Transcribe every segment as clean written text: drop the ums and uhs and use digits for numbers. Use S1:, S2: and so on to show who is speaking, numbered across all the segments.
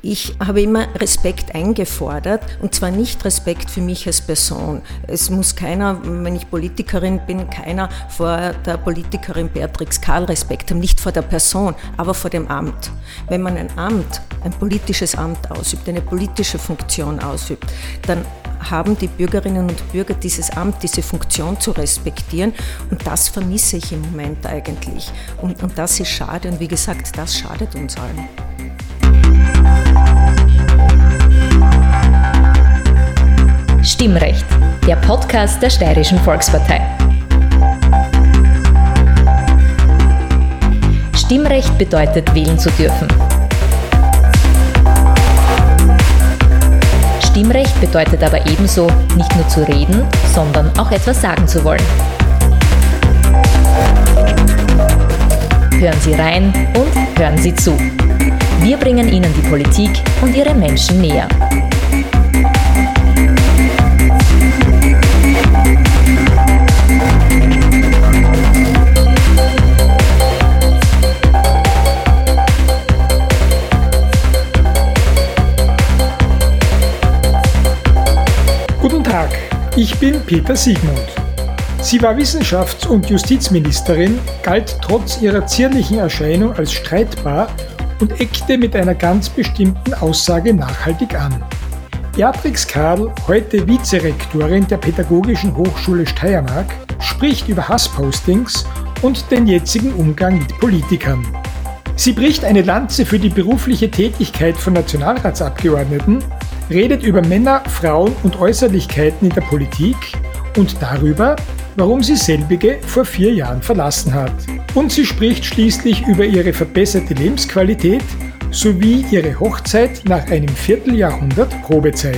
S1: Ich habe immer Respekt eingefordert und zwar nicht Respekt für mich als Person. Es muss keiner, wenn ich Politikerin bin, keiner vor der Politikerin Beatrix Karl Respekt haben, nicht vor der Person, aber vor dem Amt. Wenn man ein politisches Amt ausübt, eine politische Funktion ausübt, dann haben die Bürgerinnen und Bürger dieses Amt, diese Funktion zu respektieren und das vermisse ich im Moment eigentlich. Und das ist schade und wie gesagt, das schadet uns allen.
S2: Stimmrecht, der Podcast der Steirischen Volkspartei. Stimmrecht bedeutet, wählen zu dürfen. Stimmrecht bedeutet aber ebenso, nicht nur zu reden, sondern auch etwas sagen zu wollen. Hören Sie rein und hören Sie zu. Wir bringen Ihnen die Politik und ihre Menschen näher.
S3: Guten Tag, ich bin Peter Siegmund. Sie war Wissenschafts- und Justizministerin, galt trotz ihrer zierlichen Erscheinung als streitbar und eckte mit einer ganz bestimmten Aussage nachhaltig an. Beatrix Karl, heute Vizerektorin der Pädagogischen Hochschule Steiermark, spricht über Hasspostings und den jetzigen Umgang mit Politikern. Sie bricht eine Lanze für die berufliche Tätigkeit von Nationalratsabgeordneten, redet über Männer, Frauen und Äußerlichkeiten in der Politik und darüber, warum sie selbige vor 4 Jahren verlassen hat. Und sie spricht schließlich über ihre verbesserte Lebensqualität sowie ihre Hochzeit nach einem Vierteljahrhundert Probezeit.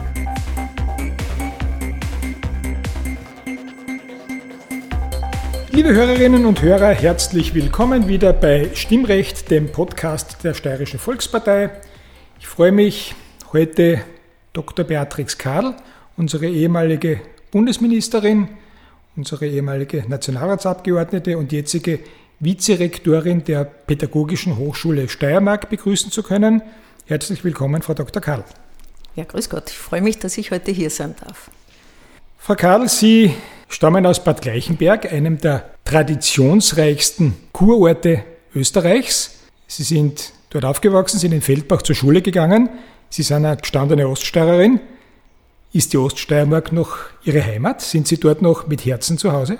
S3: Liebe Hörerinnen und Hörer, herzlich willkommen wieder bei Stimmrecht, dem Podcast der Steirischen Volkspartei. Ich freue mich, heute Dr. Beatrix Karl, unsere ehemalige Bundesministerin, unsere ehemalige Nationalratsabgeordnete und jetzige Vizerektorin der Pädagogischen Hochschule Steiermark begrüßen zu können. Herzlich willkommen, Frau Dr. Karl.
S1: Ja, grüß Gott. Ich freue mich, dass ich heute hier sein darf.
S3: Frau Karl, Sie stammen aus Bad Gleichenberg, einem der traditionsreichsten Kurorte Österreichs. Sie sind dort aufgewachsen, sind in Feldbach zur Schule gegangen. Sie sind eine gestandene Oststeirerin. Ist die Oststeiermark noch Ihre Heimat? Sind Sie dort noch mit Herzen zu Hause?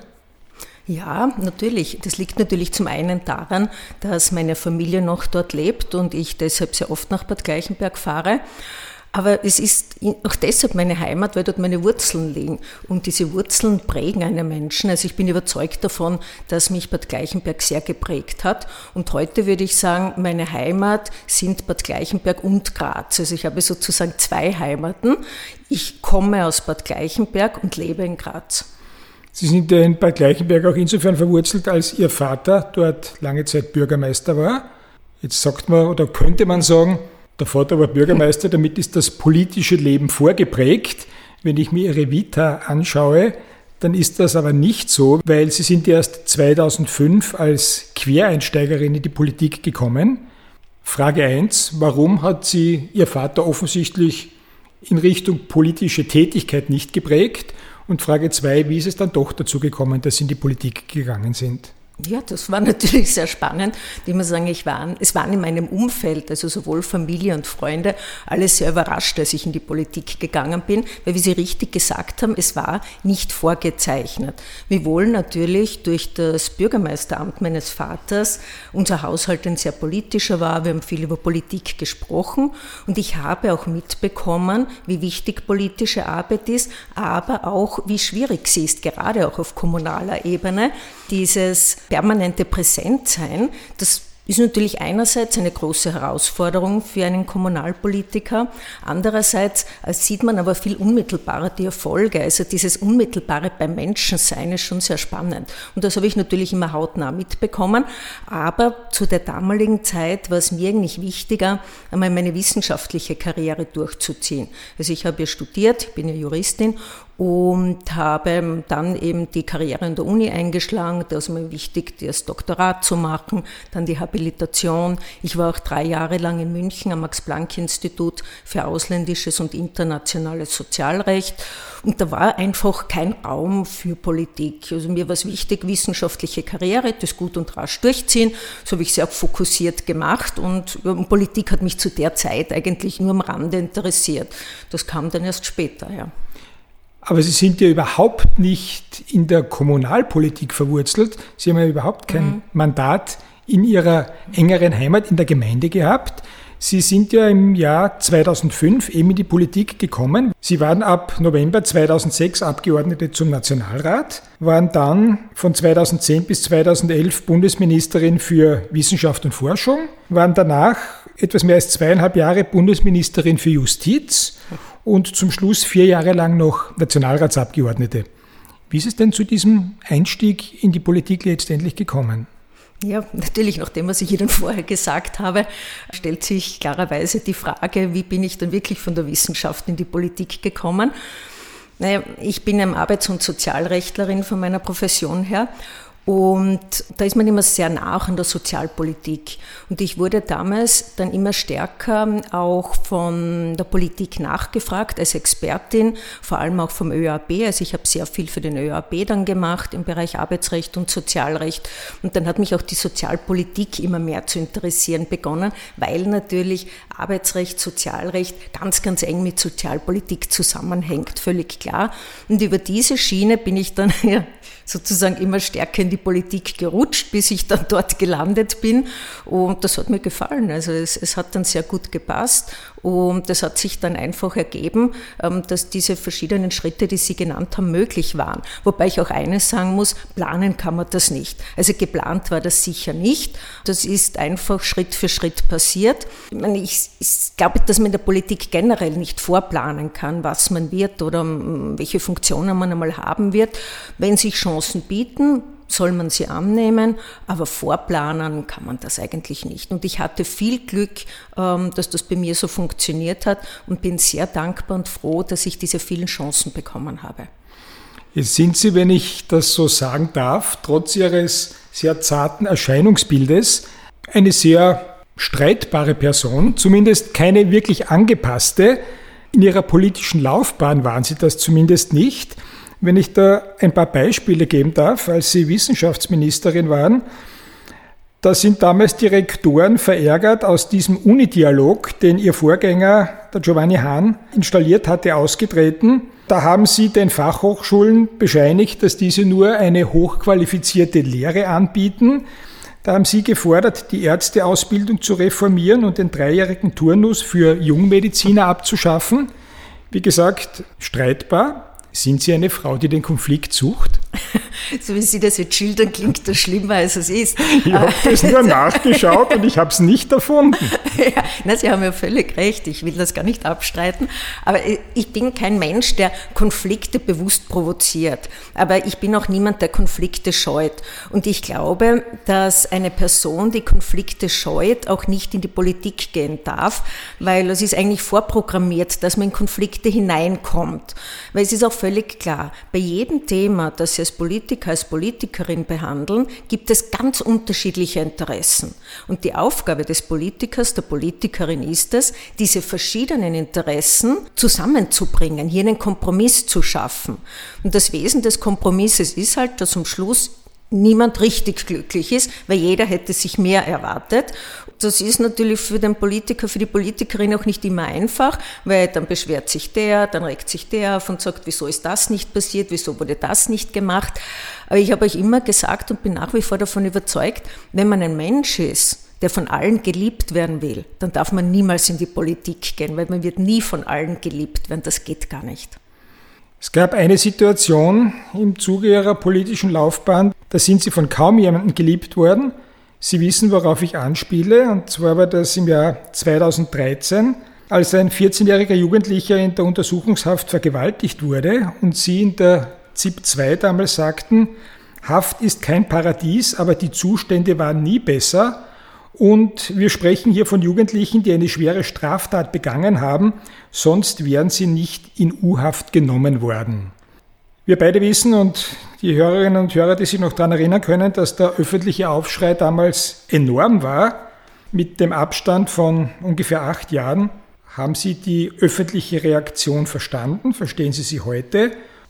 S1: Ja, natürlich. Das liegt natürlich zum einen daran, dass meine Familie noch dort lebt und ich deshalb sehr oft nach Bad Gleichenberg fahre. Aber es ist auch deshalb meine Heimat, weil dort meine Wurzeln liegen. Und diese Wurzeln prägen einen Menschen. Also ich bin überzeugt davon, dass mich Bad Gleichenberg sehr geprägt hat. Und heute würde ich sagen, meine Heimat sind Bad Gleichenberg und Graz. Also ich habe sozusagen 2 Heimaten. Ich komme aus Bad Gleichenberg und lebe in Graz.
S3: Sie sind in Bad Gleichenberg auch insofern verwurzelt, als Ihr Vater dort lange Zeit Bürgermeister war. Jetzt sagt man oder könnte man sagen, der Vater war Bürgermeister, damit ist das politische Leben vorgeprägt. Wenn ich mir Ihre Vita anschaue, dann ist das aber nicht so, weil Sie sind erst 2005 als Quereinsteigerin in die Politik gekommen. Frage 1, warum hat Sie Ihr Vater offensichtlich in Richtung politische Tätigkeit nicht geprägt? Und Frage 2, wie ist es dann doch dazu gekommen, dass Sie in die Politik gegangen sind?
S1: Ja, das war natürlich sehr spannend. Ich muss sagen, es waren in meinem Umfeld, also sowohl Familie und Freunde, alle sehr überrascht, als ich in die Politik gegangen bin, weil, wie Sie richtig gesagt haben, es war nicht vorgezeichnet. Wiewohl natürlich durch das Bürgermeisteramt meines Vaters unser Haushalt ein sehr politischer war. Wir haben viel über Politik gesprochen und ich habe auch mitbekommen, wie wichtig politische Arbeit ist, aber auch, wie schwierig sie ist, gerade auch auf kommunaler Ebene. Dieses permanente Präsentsein, das ist natürlich einerseits eine große Herausforderung für einen Kommunalpolitiker, andererseits sieht man aber viel unmittelbarer die Erfolge, also dieses unmittelbare beim Menschensein ist schon sehr spannend und das habe ich natürlich immer hautnah mitbekommen, aber zu der damaligen Zeit war es mir eigentlich wichtiger, einmal meine wissenschaftliche Karriere durchzuziehen. Also ich habe ja studiert, ich bin ja Juristin und habe dann eben die Karriere an der Uni eingeschlagen. Da ist mir wichtig, das Doktorat zu machen, dann die Rehabilitation. Ich war auch 3 Jahre lang in München am Max-Planck-Institut für ausländisches und internationales Sozialrecht. Und da war einfach kein Raum für Politik. Also mir war es wichtig, wissenschaftliche Karriere, das gut und rasch durchziehen. So habe ich sehr fokussiert gemacht und Politik hat mich zu der Zeit eigentlich nur am Rande interessiert. Das kam dann erst später, ja.
S3: Aber Sie sind ja überhaupt nicht in der Kommunalpolitik verwurzelt. Sie haben ja überhaupt kein Mandat in Ihrer engeren Heimat in der Gemeinde gehabt. Sie sind ja im Jahr 2005 eben in die Politik gekommen. Sie waren ab November 2006 Abgeordnete zum Nationalrat, waren dann von 2010 bis 2011 Bundesministerin für Wissenschaft und Forschung, waren danach etwas mehr als 2,5 Jahre Bundesministerin für Justiz und zum Schluss 4 Jahre lang noch Nationalratsabgeordnete. Wie ist es denn zu diesem Einstieg in die Politik letztendlich gekommen?
S1: Ja, natürlich, nachdem was ich Ihnen vorher gesagt habe, stellt sich klarerweise die Frage, wie bin ich dann wirklich von der Wissenschaft in die Politik gekommen? Naja, ich bin Arbeits- und Sozialrechtlerin von meiner Profession her. Und da ist man immer sehr nah an der Sozialpolitik. Und ich wurde damals dann immer stärker auch von der Politik nachgefragt als Expertin, vor allem auch vom ÖAB. Also ich habe sehr viel für den ÖAB dann gemacht im Bereich Arbeitsrecht und Sozialrecht. Und dann hat mich auch die Sozialpolitik immer mehr zu interessieren begonnen, weil natürlich Arbeitsrecht, Sozialrecht ganz, ganz eng mit Sozialpolitik zusammenhängt, völlig klar. Und über diese Schiene bin ich dann sozusagen immer stärker in die Politik gerutscht, bis ich dann dort gelandet bin. Und das hat mir gefallen. Also es hat dann sehr gut gepasst. Und das hat sich dann einfach ergeben, dass diese verschiedenen Schritte, die Sie genannt haben, möglich waren. Wobei ich auch eines sagen muss, planen kann man das nicht. Also geplant war das sicher nicht. Das ist einfach Schritt für Schritt passiert. Ich glaube, dass man in der Politik generell nicht vorplanen kann, was man wird oder welche Funktionen man einmal haben wird. Wenn sich Chancen bieten, soll man sie annehmen, aber vorplanen kann man das eigentlich nicht. Und ich hatte viel Glück, dass das bei mir so funktioniert hat und bin sehr dankbar und froh, dass ich diese vielen Chancen bekommen habe.
S3: Jetzt sind Sie, wenn ich das so sagen darf, trotz Ihres sehr zarten Erscheinungsbildes eine sehr streitbare Person, zumindest keine wirklich angepasste. In Ihrer politischen Laufbahn waren Sie das zumindest nicht. Wenn ich da ein paar Beispiele geben darf, als Sie Wissenschaftsministerin waren, da sind damals die Rektoren verärgert aus diesem Uni-Dialog, den Ihr Vorgänger, der Giovanni Hahn, installiert hatte, ausgetreten. Da haben Sie den Fachhochschulen bescheinigt, dass diese nur eine hochqualifizierte Lehre anbieten. Da haben Sie gefordert, die Ärzteausbildung zu reformieren und den 3-jährigen Turnus für Jungmediziner abzuschaffen. Wie gesagt, streitbar. Sind Sie eine Frau, die den Konflikt sucht?
S1: So wie Sie das jetzt schildern, klingt das schlimmer, als es ist.
S3: Ich habe das nur nachgeschaut und ich habe es nicht erfunden.
S1: Ja, na, Sie haben ja völlig recht, ich will das gar nicht abstreiten. Aber ich bin kein Mensch, der Konflikte bewusst provoziert. Aber ich bin auch niemand, der Konflikte scheut. Und ich glaube, dass eine Person, die Konflikte scheut, auch nicht in die Politik gehen darf, weil es ist eigentlich vorprogrammiert, dass man in Konflikte hineinkommt. Weil es ist auch völlig klar, bei jedem Thema, das Sie als Politiker, als Politikerin behandeln, gibt es ganz unterschiedliche Interessen. Und die Aufgabe des Politikers, der Politikerin ist es, diese verschiedenen Interessen zusammenzubringen, hier einen Kompromiss zu schaffen. Und das Wesen des Kompromisses ist halt, dass am Schluss niemand richtig glücklich ist, weil jeder hätte sich mehr erwartet. Das ist natürlich für den Politiker, für die Politikerin auch nicht immer einfach, weil dann beschwert sich der, dann regt sich der auf und sagt, wieso ist das nicht passiert, wieso wurde das nicht gemacht. Aber ich habe euch immer gesagt und bin nach wie vor davon überzeugt, wenn man ein Mensch ist, der von allen geliebt werden will, dann darf man niemals in die Politik gehen, weil man wird nie von allen geliebt werden, das geht gar nicht.
S3: Es gab eine Situation im Zuge Ihrer politischen Laufbahn, da sind Sie von kaum jemandem geliebt worden. Sie wissen, worauf ich anspiele, und zwar war das im Jahr 2013, als ein 14-jähriger Jugendlicher in der Untersuchungshaft vergewaltigt wurde und Sie in der ZIP 2 damals sagten, Haft ist kein Paradies, aber die Zustände waren nie besser. Und wir sprechen hier von Jugendlichen, die eine schwere Straftat begangen haben, sonst wären sie nicht in U-Haft genommen worden. Wir beide wissen und die Hörerinnen und Hörer, die sich noch daran erinnern können, dass der öffentliche Aufschrei damals enorm war. Mit dem Abstand von ungefähr 8 Jahren haben Sie die öffentliche Reaktion verstanden? Verstehen Sie sie heute?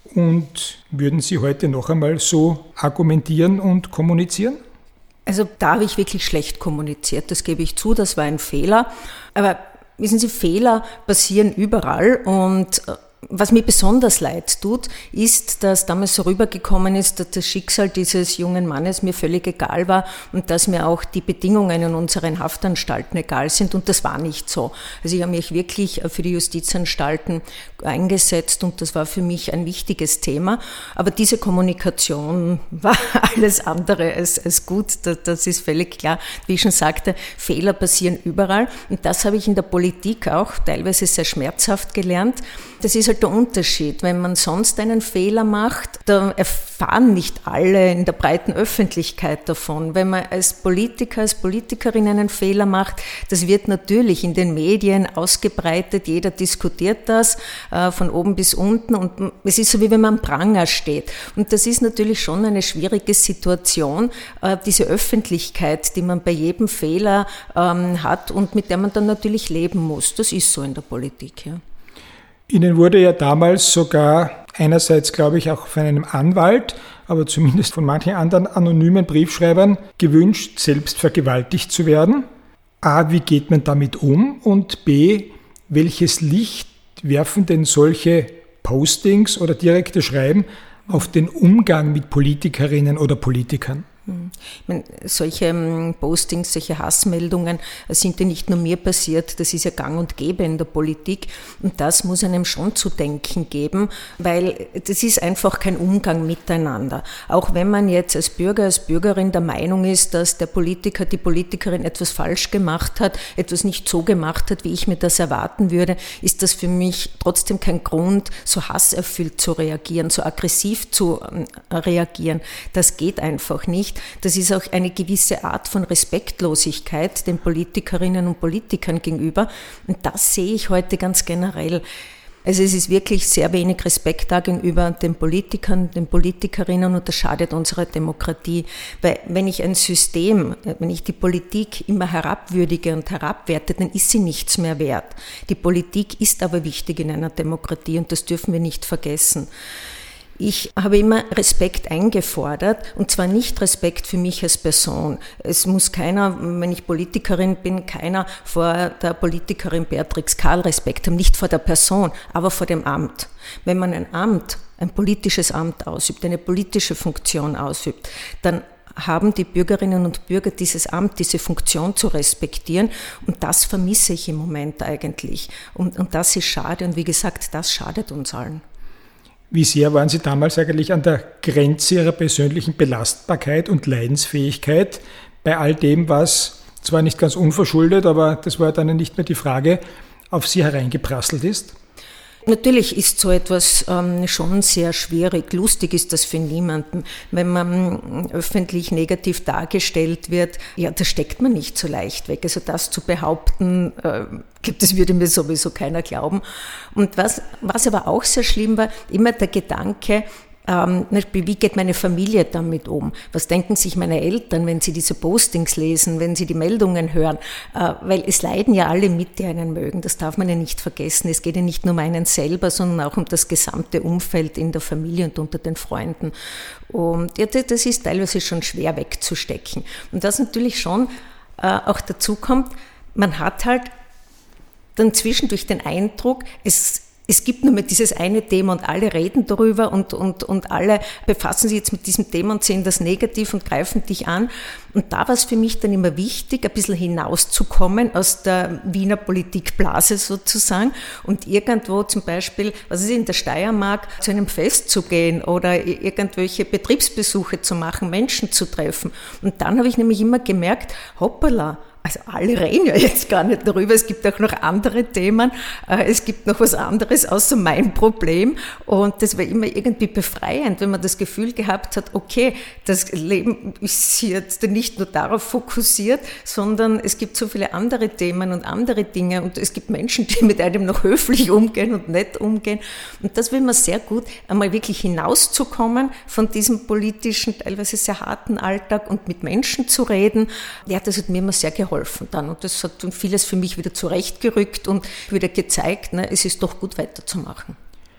S3: Und würden Sie heute noch einmal so argumentieren und kommunizieren?
S1: Also da habe ich wirklich schlecht kommuniziert, das gebe ich zu, das war ein Fehler. Aber wissen Sie, Fehler passieren überall und was mir besonders leid tut, ist, dass damals so rübergekommen ist, dass das Schicksal dieses jungen Mannes mir völlig egal war und dass mir auch die Bedingungen in unseren Haftanstalten egal sind und das war nicht so. Also ich habe mich wirklich für die Justizanstalten eingesetzt und das war für mich ein wichtiges Thema, aber diese Kommunikation war alles andere als gut, das ist völlig klar. Wie ich schon sagte, Fehler passieren überall und das habe ich in der Politik auch teilweise sehr schmerzhaft gelernt. Das ist halt der Unterschied. Wenn man sonst einen Fehler macht, da erfahren nicht alle in der breiten Öffentlichkeit davon. Wenn man als Politiker, als Politikerin einen Fehler macht, das wird natürlich in den Medien ausgebreitet, jeder diskutiert das von oben bis unten und es ist so, wie wenn man am Pranger steht. Und das ist natürlich schon eine schwierige Situation, diese Öffentlichkeit, die man bei jedem Fehler hat und mit der man dann natürlich leben muss. Das ist so in der Politik, ja.
S3: Ihnen wurde ja damals sogar einerseits, glaube ich, auch von einem Anwalt, aber zumindest von manchen anderen anonymen Briefschreibern gewünscht, selbst vergewaltigt zu werden. A, wie geht man damit um? Und B, welches Licht werfen denn solche Postings oder direkte Schreiben auf den Umgang mit Politikerinnen oder Politikern?
S1: Ich meine, solche Postings, solche Hassmeldungen sind ja nicht nur mir passiert, das ist ja gang und gäbe in der Politik und das muss einem schon zu denken geben, weil das ist einfach kein Umgang miteinander. Auch wenn man jetzt als Bürger, als Bürgerin der Meinung ist, dass der Politiker, die Politikerin etwas falsch gemacht hat, etwas nicht so gemacht hat, wie ich mir das erwarten würde, ist das für mich trotzdem kein Grund, so hasserfüllt zu reagieren, so aggressiv zu reagieren. Das geht einfach nicht. Das ist auch eine gewisse Art von Respektlosigkeit den Politikerinnen und Politikern gegenüber. Und das sehe ich heute ganz generell. Also es ist wirklich sehr wenig Respekt da gegenüber den Politikern, den Politikerinnen und das schadet unserer Demokratie. Weil wenn ich ein System, wenn ich die Politik immer herabwürdige und herabwerte, dann ist sie nichts mehr wert. Die Politik ist aber wichtig in einer Demokratie und das dürfen wir nicht vergessen. Ich habe immer Respekt eingefordert und zwar nicht Respekt für mich als Person. Es muss keiner, wenn ich Politikerin bin, keiner vor der Politikerin Beatrix Karl Respekt haben, nicht vor der Person, aber vor dem Amt. Wenn man ein politisches Amt ausübt, eine politische Funktion ausübt, dann haben die Bürgerinnen und Bürger dieses Amt, diese Funktion zu respektieren und das vermisse ich im Moment eigentlich und das ist schade und wie gesagt, das schadet uns allen.
S3: Wie sehr waren Sie damals eigentlich an der Grenze Ihrer persönlichen Belastbarkeit und Leidensfähigkeit bei all dem, was zwar nicht ganz unverschuldet, aber das war dann nicht mehr die Frage, auf Sie hereingeprasselt ist?
S1: Natürlich ist so etwas schon sehr schwierig. Lustig ist das für niemanden. Wenn man öffentlich negativ dargestellt wird, ja, das steckt man nicht so leicht weg. Also das zu behaupten, das würde mir sowieso keiner glauben. Und was aber auch sehr schlimm war, immer der Gedanke, wie geht meine Familie damit um? Was denken sich meine Eltern, wenn sie diese Postings lesen, wenn sie die Meldungen hören? Weil es leiden ja alle mit, die einen mögen. Das darf man ja nicht vergessen. Es geht ja nicht nur um einen selber, sondern auch um das gesamte Umfeld in der Familie und unter den Freunden. Und ja, das ist teilweise schon schwer wegzustecken. Und was natürlich schon auch dazu kommt, man hat halt dann zwischendurch den Eindruck, es gibt nur mehr dieses eine Thema und alle reden darüber und alle befassen sich jetzt mit diesem Thema und sehen das negativ und greifen dich an. Und da war es für mich dann immer wichtig, ein bisschen hinauszukommen aus der Wiener Politikblase sozusagen und irgendwo zum Beispiel, was ist in der Steiermark, zu einem Fest zu gehen oder irgendwelche Betriebsbesuche zu machen, Menschen zu treffen. Und dann habe ich nämlich immer gemerkt, hoppala, Also alle reden ja jetzt gar nicht darüber, es gibt auch noch andere Themen, es gibt noch was anderes außer mein Problem und das war immer irgendwie befreiend, wenn man das Gefühl gehabt hat, okay, das Leben ist jetzt nicht nur darauf fokussiert, sondern es gibt so viele andere Themen und andere Dinge und es gibt Menschen, die mit einem noch höflich umgehen und nett umgehen und das will man sehr gut, einmal wirklich hinauszukommen von diesem politischen, teilweise sehr harten Alltag und mit Menschen zu reden. Ja, das hat mir immer sehr geholfen dann und das hat vieles für mich wieder zurechtgerückt und wieder gezeigt, es ist doch gut weiterzumachen.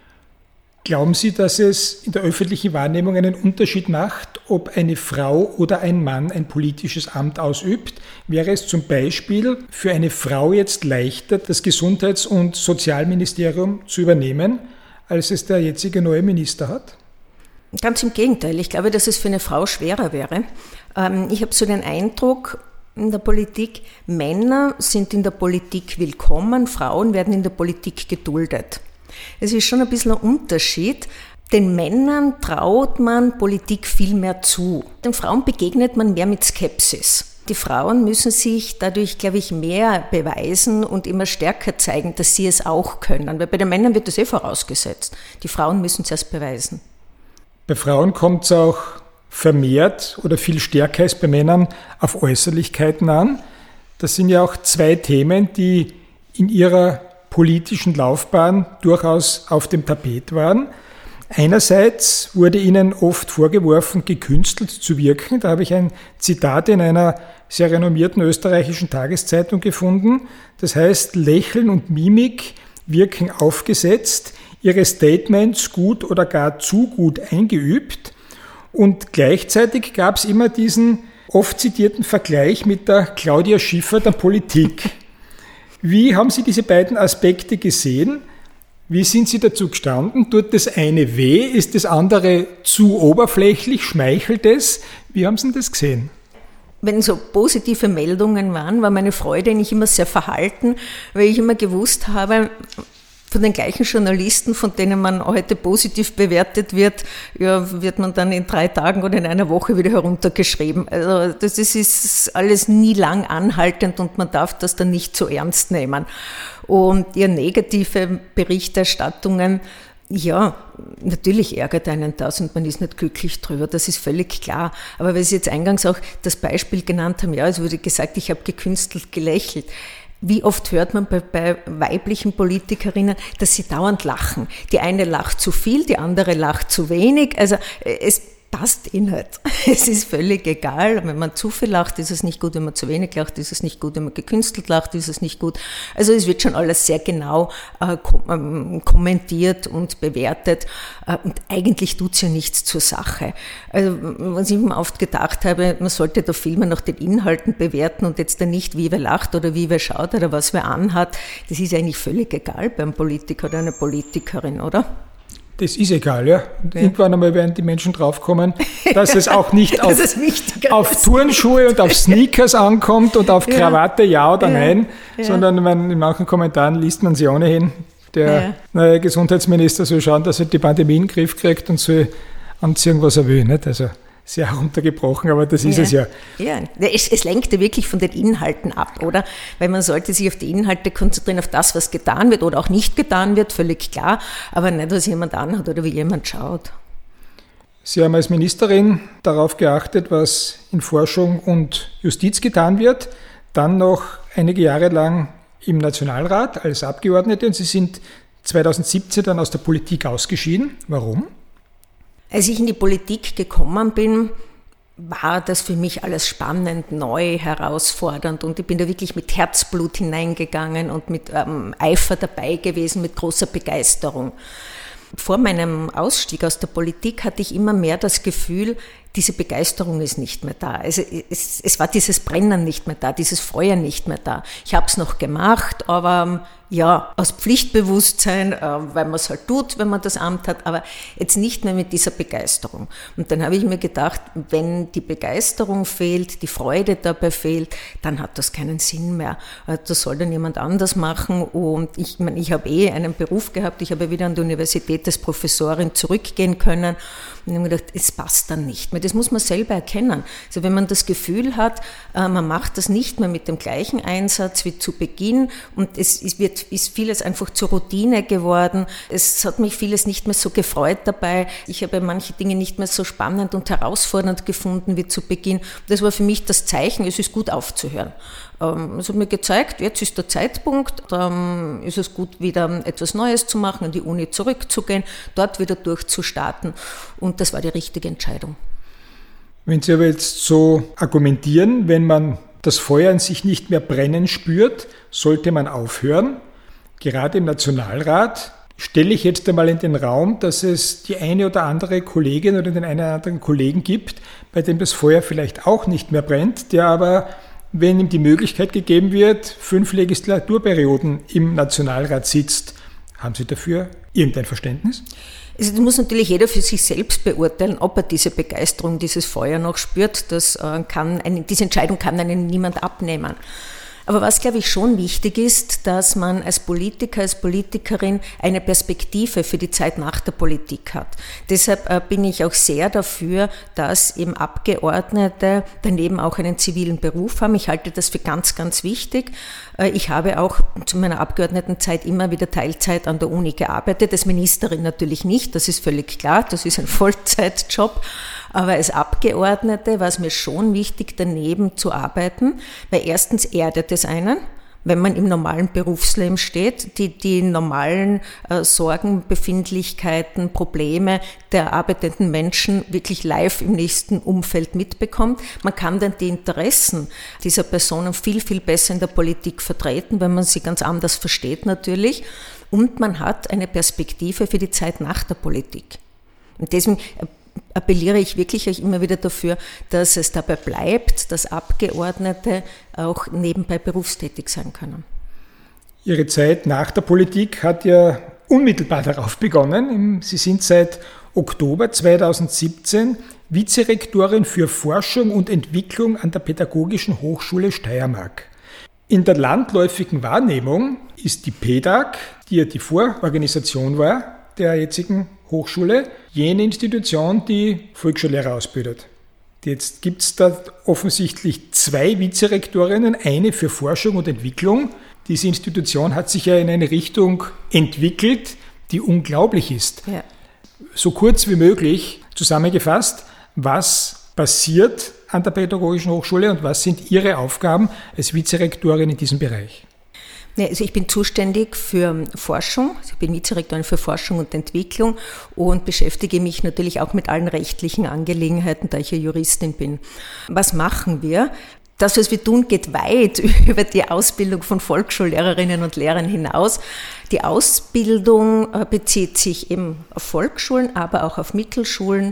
S3: Glauben Sie, dass es in der öffentlichen Wahrnehmung einen Unterschied macht, ob eine Frau oder ein Mann ein politisches Amt ausübt? Wäre es zum Beispiel für eine Frau jetzt leichter, das Gesundheits- und Sozialministerium zu übernehmen, als es der jetzige neue Minister hat?
S1: Ganz im Gegenteil. Ich glaube, dass es für eine Frau schwerer wäre. Ich habe so den Eindruck, in der Politik, Männer sind in der Politik willkommen, Frauen werden in der Politik geduldet. Es ist schon ein bisschen ein Unterschied. Den Männern traut man Politik viel mehr zu. Den Frauen begegnet man mehr mit Skepsis. Die Frauen müssen sich dadurch, glaube ich, mehr beweisen und immer stärker zeigen, dass sie es auch können. Weil bei den Männern wird das vorausgesetzt. Die Frauen müssen es erst beweisen.
S3: Bei Frauen kommt es auch vermehrt oder viel stärker als bei Männern auf Äußerlichkeiten an. Das sind ja auch zwei Themen, die in ihrer politischen Laufbahn durchaus auf dem Tapet waren. Einerseits wurde ihnen oft vorgeworfen, gekünstelt zu wirken. Da habe ich ein Zitat in einer sehr renommierten österreichischen Tageszeitung gefunden. Das heißt, Lächeln und Mimik wirken aufgesetzt, ihre Statements gut oder gar zu gut eingeübt. Und gleichzeitig gab es immer diesen oft zitierten Vergleich mit der Claudia Schiffer der Politik. Wie haben Sie diese beiden Aspekte gesehen? Wie sind Sie dazu gestanden? Tut das eine weh? Ist das andere zu oberflächlich? Schmeichelt es? Wie haben Sie das gesehen?
S1: Wenn so positive Meldungen waren, war meine Freude nicht immer sehr verhalten, weil ich immer gewusst habe, von den gleichen Journalisten, von denen man heute positiv bewertet wird, ja, wird man dann in 3 Tagen oder in einer Woche wieder heruntergeschrieben. Also das ist alles nie lang anhaltend und man darf das dann nicht zu ernst nehmen. Und eher negative Berichterstattungen, ja, natürlich ärgert einen das und man ist nicht glücklich drüber, das ist völlig klar. Aber weil Sie jetzt eingangs auch das Beispiel genannt haben, ja, es wurde gesagt, ich habe gekünstelt gelächelt. Wie oft hört man bei weiblichen Politikerinnen, dass sie dauernd lachen. Die eine lacht zu viel, die andere lacht zu wenig. Also es passt eh nicht. Es ist völlig egal. Wenn man zu viel lacht, ist es nicht gut. Wenn man zu wenig lacht, ist es nicht gut. Wenn man gekünstelt lacht, ist es nicht gut. Also es wird schon alles sehr genau kommentiert und bewertet. Und eigentlich tut es ja nichts zur Sache. Also was ich mir oft gedacht habe, man sollte da viel mehr nach den Inhalten bewerten und jetzt dann nicht, wie wer lacht oder wie wer schaut oder was wer anhat. Das ist eigentlich völlig egal beim Politiker oder einer Politikerin, oder?
S3: Das ist egal, ja. Und irgendwann einmal werden die Menschen draufkommen, dass es auch nicht auf Turnschuhe und auf Sneakers ankommt und auf Krawatte ja oder nein, sondern in manchen Kommentaren liest man sie ohnehin. Der neue Gesundheitsminister soll schauen, dass er die Pandemie in den Griff kriegt und soll anziehen, was er will. Nicht? Also sehr heruntergebrochen, aber das ist es ja. Ja,
S1: es lenkt ja wirklich von den Inhalten ab, oder? Weil man sollte sich auf die Inhalte konzentrieren, auf das, was getan wird oder auch nicht getan wird, völlig klar, aber nicht, was jemand anhat oder wie jemand schaut.
S3: Sie haben als Ministerin darauf geachtet, was in Forschung und Justiz getan wird, dann noch einige Jahre lang im Nationalrat als Abgeordnete und Sie sind 2017 dann aus der Politik ausgeschieden. Warum?
S1: Als ich in die Politik gekommen bin, war das für mich alles spannend, neu, herausfordernd und ich bin da wirklich mit Herzblut hineingegangen und mit Eifer dabei gewesen, mit großer Begeisterung. Vor meinem Ausstieg aus der Politik hatte ich immer mehr das Gefühl, diese Begeisterung ist nicht mehr da. Also es war dieses Brennen nicht mehr da, dieses Feuer nicht mehr da. Ich habe es noch gemacht, aber ja, aus Pflichtbewusstsein, weil man es halt tut, wenn man das Amt hat, aber jetzt nicht mehr mit dieser Begeisterung. Und dann habe ich mir gedacht, wenn die Begeisterung fehlt, die Freude dabei fehlt, dann hat das keinen Sinn mehr. Das soll dann jemand anders machen. Und ich habe einen Beruf gehabt, ich habe wieder an die Universität als Professorin zurückgehen können. Und ich habe mir gedacht, es passt dann nicht mehr. das muss man selber erkennen. Also wenn man das Gefühl hat, man macht das nicht mehr mit dem gleichen Einsatz wie zu Beginn und es ist vieles einfach zur Routine geworden, es hat mich vieles nicht mehr so gefreut dabei, ich habe manche Dinge nicht mehr so spannend und herausfordernd gefunden wie zu Beginn. Das war für mich das Zeichen, es ist gut aufzuhören. Es hat mir gezeigt, jetzt ist der Zeitpunkt, dann ist es gut, wieder etwas Neues zu machen, an die Uni zurückzugehen, dort wieder durchzustarten. Und das war die richtige Entscheidung.
S3: Wenn Sie aber jetzt so argumentieren, wenn man das Feuer in sich nicht mehr brennen spürt, sollte man aufhören. Gerade im Nationalrat stelle ich jetzt einmal in den Raum, dass es die eine oder andere Kollegin oder den einen oder anderen Kollegen gibt, bei dem das Feuer vielleicht auch nicht mehr brennt, der aber, wenn ihm die Möglichkeit gegeben wird, 5 Legislaturperioden im Nationalrat sitzt. Haben Sie dafür irgendein Verständnis?
S1: Also das muss natürlich jeder für sich selbst beurteilen, ob er diese Begeisterung, dieses Feuer noch spürt. Diese Entscheidung kann einem niemand abnehmen. Aber was, glaube ich, schon wichtig ist, dass man als Politiker, als Politikerin eine Perspektive für die Zeit nach der Politik hat. Deshalb bin ich auch sehr dafür, dass eben Abgeordnete daneben auch einen zivilen Beruf haben. Ich halte das für ganz, ganz wichtig. Ich habe auch zu meiner Abgeordnetenzeit immer wieder Teilzeit an der Uni gearbeitet, als Ministerin natürlich nicht, das ist völlig klar, das ist ein Vollzeitjob. Aber als Abgeordnete war es mir schon wichtig, daneben zu arbeiten, weil erstens erdet es einen, wenn man im normalen Berufsleben steht, die normalen Sorgen, Befindlichkeiten, Probleme der arbeitenden Menschen wirklich live im nächsten Umfeld mitbekommt. Man kann dann die Interessen dieser Personen viel, viel besser in der Politik vertreten, weil man sie ganz anders versteht natürlich. Und man hat eine Perspektive für die Zeit nach der Politik. Und deswegen appelliere ich wirklich auch immer wieder dafür, dass es dabei bleibt, dass Abgeordnete auch nebenbei berufstätig sein können.
S3: Ihre Zeit nach der Politik hat ja unmittelbar darauf begonnen. Sie sind seit Oktober 2017 Vizerektorin für Forschung und Entwicklung an der Pädagogischen Hochschule Steiermark. In der landläufigen Wahrnehmung ist die PEDAG, die ja die Vororganisation war, der jetzigen Hochschule, jene Institution, die Volksschullehrer ausbildet. Jetzt gibt es da offensichtlich 2 Vizerektorinnen, eine für Forschung und Entwicklung. Diese Institution hat sich ja in eine Richtung entwickelt, die unglaublich ist. Ja. So kurz wie möglich zusammengefasst, was passiert an der Pädagogischen Hochschule und was sind Ihre Aufgaben als Vizerektorin in diesem Bereich?
S1: Also ich bin zuständig für Forschung, ich bin Vizerektorin für Forschung und Entwicklung und beschäftige mich natürlich auch mit allen rechtlichen Angelegenheiten, da ich ja Juristin bin. Was machen wir? Das, was wir tun, geht weit über die Ausbildung von Volksschullehrerinnen und Lehrern hinaus. Die Ausbildung bezieht sich eben auf Volksschulen, aber auch auf Mittelschulen,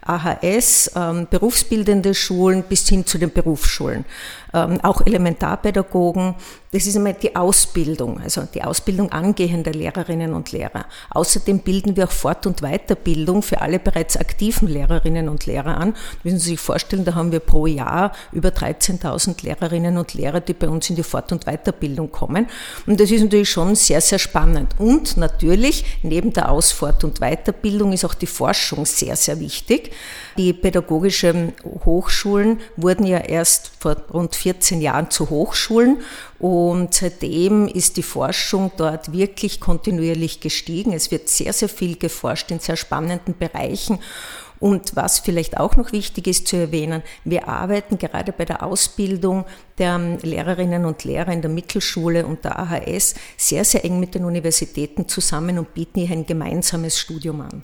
S1: AHS, berufsbildende Schulen bis hin zu den Berufsschulen. Auch Elementarpädagogen. Das ist einmal die Ausbildung, also die Ausbildung angehender Lehrerinnen und Lehrer. Außerdem bilden wir auch Fort- und Weiterbildung für alle bereits aktiven Lehrerinnen und Lehrer an. Müssen Sie sich vorstellen, da haben wir pro Jahr über 13.000 Lehrerinnen und Lehrer, die bei uns in die Fort- und Weiterbildung kommen. Und das ist natürlich schon sehr, sehr spannend. Und natürlich, neben der Fort- und Weiterbildung ist auch die Forschung sehr, sehr wichtig. Die pädagogischen Hochschulen wurden ja erst vor rund 14 Jahren zu Hochschulen und seitdem ist die Forschung dort wirklich kontinuierlich gestiegen. Es wird sehr, sehr viel geforscht in sehr spannenden Bereichen. Und was vielleicht auch noch wichtig ist zu erwähnen, wir arbeiten gerade bei der Ausbildung der Lehrerinnen und Lehrer in der Mittelschule und der AHS sehr, sehr eng mit den Universitäten zusammen und bieten hier ein gemeinsames Studium an.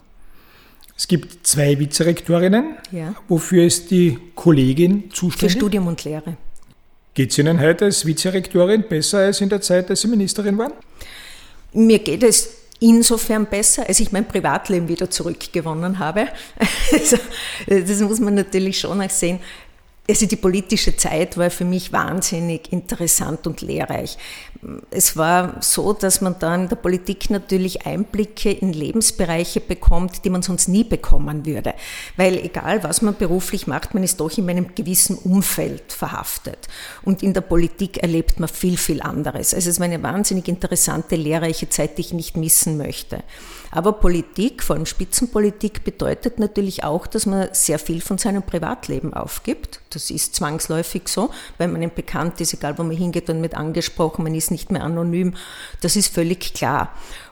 S3: Es gibt 2 Vizerektorinnen.
S1: Ja.
S3: Wofür ist die Kollegin zuständig?
S1: Für Studium und Lehre.
S3: Geht es Ihnen heute als Vizerektorin besser als in der Zeit, als Sie Ministerin waren?
S1: Mir geht es insofern besser, als ich mein Privatleben wieder zurückgewonnen habe. Also, das muss man natürlich schon auch sehen. Also die politische Zeit war für mich wahnsinnig interessant und lehrreich. Es war so, dass man dann in der Politik natürlich Einblicke in Lebensbereiche bekommt, die man sonst nie bekommen würde. Weil egal, was man beruflich macht, man ist doch in einem gewissen Umfeld verhaftet. Und in der Politik erlebt man viel, viel anderes. Also es war eine wahnsinnig interessante, lehrreiche Zeit, die ich nicht missen möchte. Aber Politik, vor allem Spitzenpolitik, bedeutet natürlich auch, dass man sehr viel von seinem Privatleben aufgibt. Das ist zwangsläufig so, weil man bekannt ist, egal wo man hingeht, man wird angesprochen, man ist nicht mehr anonym. Das ist völlig klar.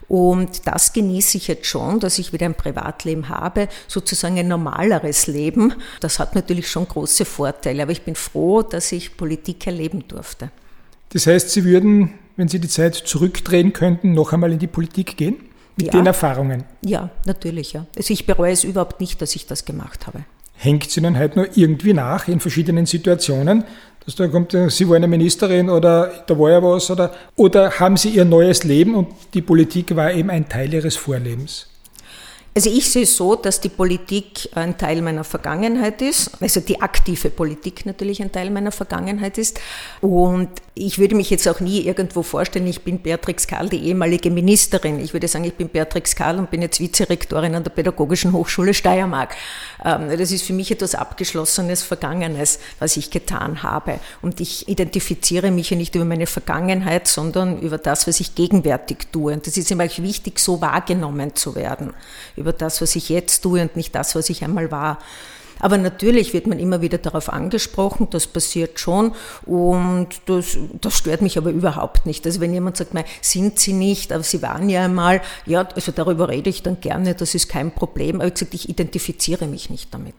S1: Und das genieße ich jetzt schon, dass ich wieder ein Privatleben habe, sozusagen ein normaleres Leben. Das hat natürlich schon große Vorteile, aber ich bin froh, dass ich Politik erleben durfte.
S3: Das heißt, Sie würden, wenn Sie die Zeit zurückdrehen könnten, noch einmal in die Politik gehen? Mit den Erfahrungen? Ja, natürlich, ja. Also ich bereue es überhaupt nicht, dass ich das gemacht habe. Hängt es Ihnen halt nur irgendwie nach in verschiedenen Situationen, dass da kommt, Sie waren eine Ministerin oder da war ja was, oder haben Sie Ihr neues Leben und die Politik war eben ein Teil Ihres Vorlebens? Also ich sehe es so, dass die Politik ein Teil meiner Vergangenheit ist, also die aktive Politik natürlich ein Teil meiner Vergangenheit ist. Und ich würde mich jetzt auch nie irgendwo vorstellen, ich bin Beatrix Karl, die ehemalige Ministerin. Ich würde sagen, ich bin Beatrix Karl und bin jetzt Vizerektorin an der Pädagogischen Hochschule Steiermark. Das ist für mich etwas Abgeschlossenes, Vergangenes, was ich getan habe. Und ich identifiziere mich ja nicht über meine Vergangenheit, sondern über das, was ich gegenwärtig tue. Und das ist immer wichtig, so wahrgenommen zu werden. Über das, was ich jetzt tue und nicht das, was ich einmal war. Aber natürlich wird man immer wieder darauf angesprochen, das passiert schon und das stört mich aber überhaupt nicht. Also wenn jemand sagt, sind Sie nicht, aber Sie waren ja einmal, ja, also darüber rede ich dann gerne, das ist kein Problem. Aber wie gesagt, ich identifiziere mich nicht damit.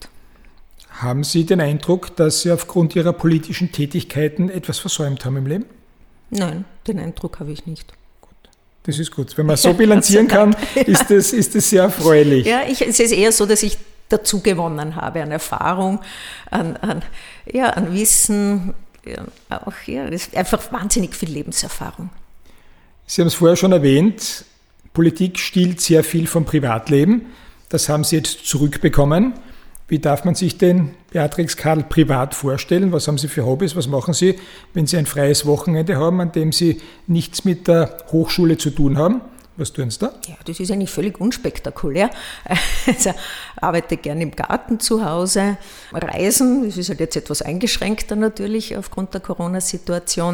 S3: Haben Sie den Eindruck, dass Sie aufgrund Ihrer politischen Tätigkeiten etwas versäumt haben im Leben? Nein, den Eindruck habe ich nicht. Das ist gut. Wenn man so bilanzieren kann, ist das sehr erfreulich. Ja, es ist eher so, dass ich dazu gewonnen habe an Erfahrung, an Wissen, das ist einfach wahnsinnig viel Lebenserfahrung. Sie haben es vorher schon erwähnt, Politik stiehlt sehr viel vom Privatleben. Das haben Sie jetzt zurückbekommen. Wie darf man sich denn Beatrix Karl privat vorstellen? Was haben Sie für Hobbys? Was machen Sie, wenn Sie ein freies Wochenende haben, an dem Sie nichts mit der Hochschule zu tun haben? Was tun Sie da? Ja, das ist eigentlich völlig unspektakulär. Also arbeite gerne im Garten zu Hause, reisen, das ist halt jetzt etwas eingeschränkter natürlich aufgrund der Corona-Situation,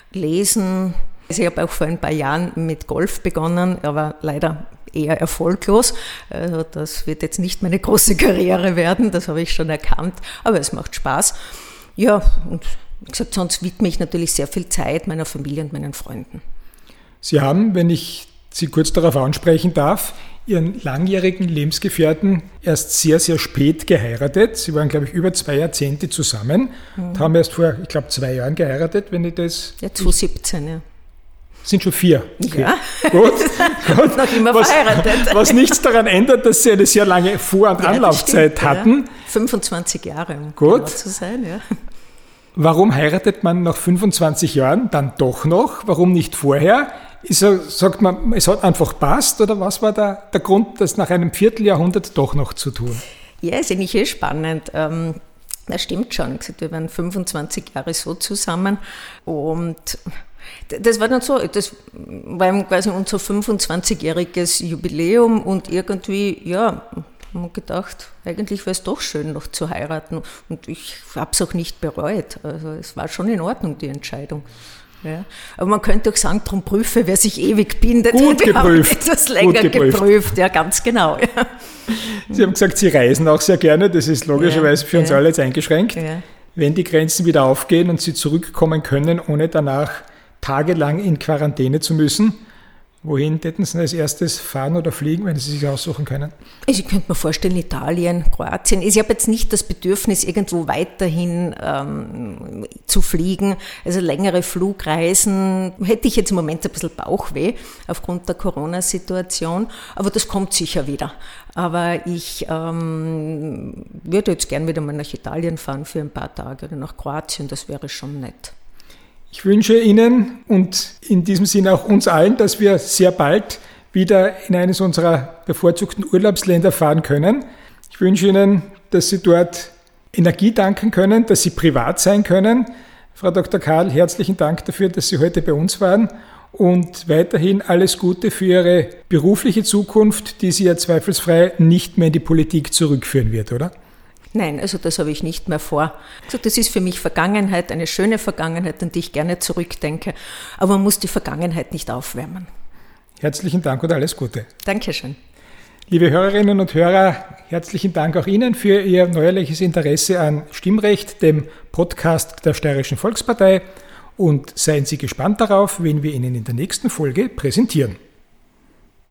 S3: lesen. Also ich habe auch vor ein paar Jahren mit Golf begonnen, aber leider eher erfolglos. Also das wird jetzt nicht meine große Karriere werden, das habe ich schon erkannt, aber es macht Spaß. Ja, und wie gesagt, sonst widme ich natürlich sehr viel Zeit meiner Familie und meinen Freunden. Sie haben, wenn ich Sie kurz darauf ansprechen darf, Ihren langjährigen Lebensgefährten erst sehr, sehr spät geheiratet. Sie waren, glaube ich, über 2 Jahrzehnte zusammen und haben erst vor, ich glaube, 2 Jahren geheiratet, wenn ich das... Ja, 2017, ja. Sind schon 4. Okay. Ja, gut. Noch immer verheiratet. Was nichts daran ändert, dass Sie eine sehr lange Vor- und Anlaufzeit hatten. Ja. 25 Jahre, um genau zu sein. Ja. Warum heiratet man nach 25 Jahren dann doch noch? Warum nicht vorher? Sagt man, es hat einfach passt oder was war der Grund, das nach einem Vierteljahrhundert doch noch zu tun? Ja, ist eigentlich spannend. Das stimmt schon. Wir waren 25 Jahre so zusammen und das war dann so, das war quasi unser 25-jähriges Jubiläum und irgendwie, ja, haben wir gedacht, eigentlich wäre es doch schön, noch zu heiraten und ich habe es auch nicht bereut. Also es war schon in Ordnung, die Entscheidung. Ja. Aber man könnte auch sagen, darum prüfe, wer sich ewig bindet. Gut wir geprüft. Haben etwas länger geprüft, ja, ganz genau. Ja. Sie haben gesagt, Sie reisen auch sehr gerne, das ist logischerweise für uns alle jetzt eingeschränkt. Ja. Wenn die Grenzen wieder aufgehen und Sie zurückkommen können, ohne danach tagelang in Quarantäne zu müssen, wohin täten Sie als erstes fahren oder fliegen, wenn Sie sich aussuchen können? Also ich könnte mir vorstellen, Italien, Kroatien. Ich habe jetzt nicht das Bedürfnis, irgendwo weiterhin zu fliegen. Also längere Flugreisen hätte ich jetzt im Moment ein bisschen Bauchweh aufgrund der Corona-Situation, aber das kommt sicher wieder. Aber ich würde jetzt gern wieder mal nach Italien fahren für ein paar Tage oder nach Kroatien, das wäre schon nett. Ich wünsche Ihnen und in diesem Sinne auch uns allen, dass wir sehr bald wieder in eines unserer bevorzugten Urlaubsländer fahren können. Ich wünsche Ihnen, dass Sie dort Energie danken können, dass Sie privat sein können. Frau Dr. Karl, herzlichen Dank dafür, dass Sie heute bei uns waren und weiterhin alles Gute für Ihre berufliche Zukunft, die Sie ja zweifelsfrei nicht mehr in die Politik zurückführen wird, oder?
S1: Nein, also das habe ich nicht mehr vor. Also das ist für mich Vergangenheit, eine schöne Vergangenheit, an die ich gerne zurückdenke. Aber man muss die Vergangenheit nicht aufwärmen.
S3: Herzlichen Dank und alles Gute.
S1: Dankeschön.
S3: Liebe Hörerinnen und Hörer, herzlichen Dank auch Ihnen für Ihr neuerliches Interesse an Stimmrecht, dem Podcast der Steirischen Volkspartei. Und seien Sie gespannt darauf, wen wir Ihnen in der nächsten Folge präsentieren.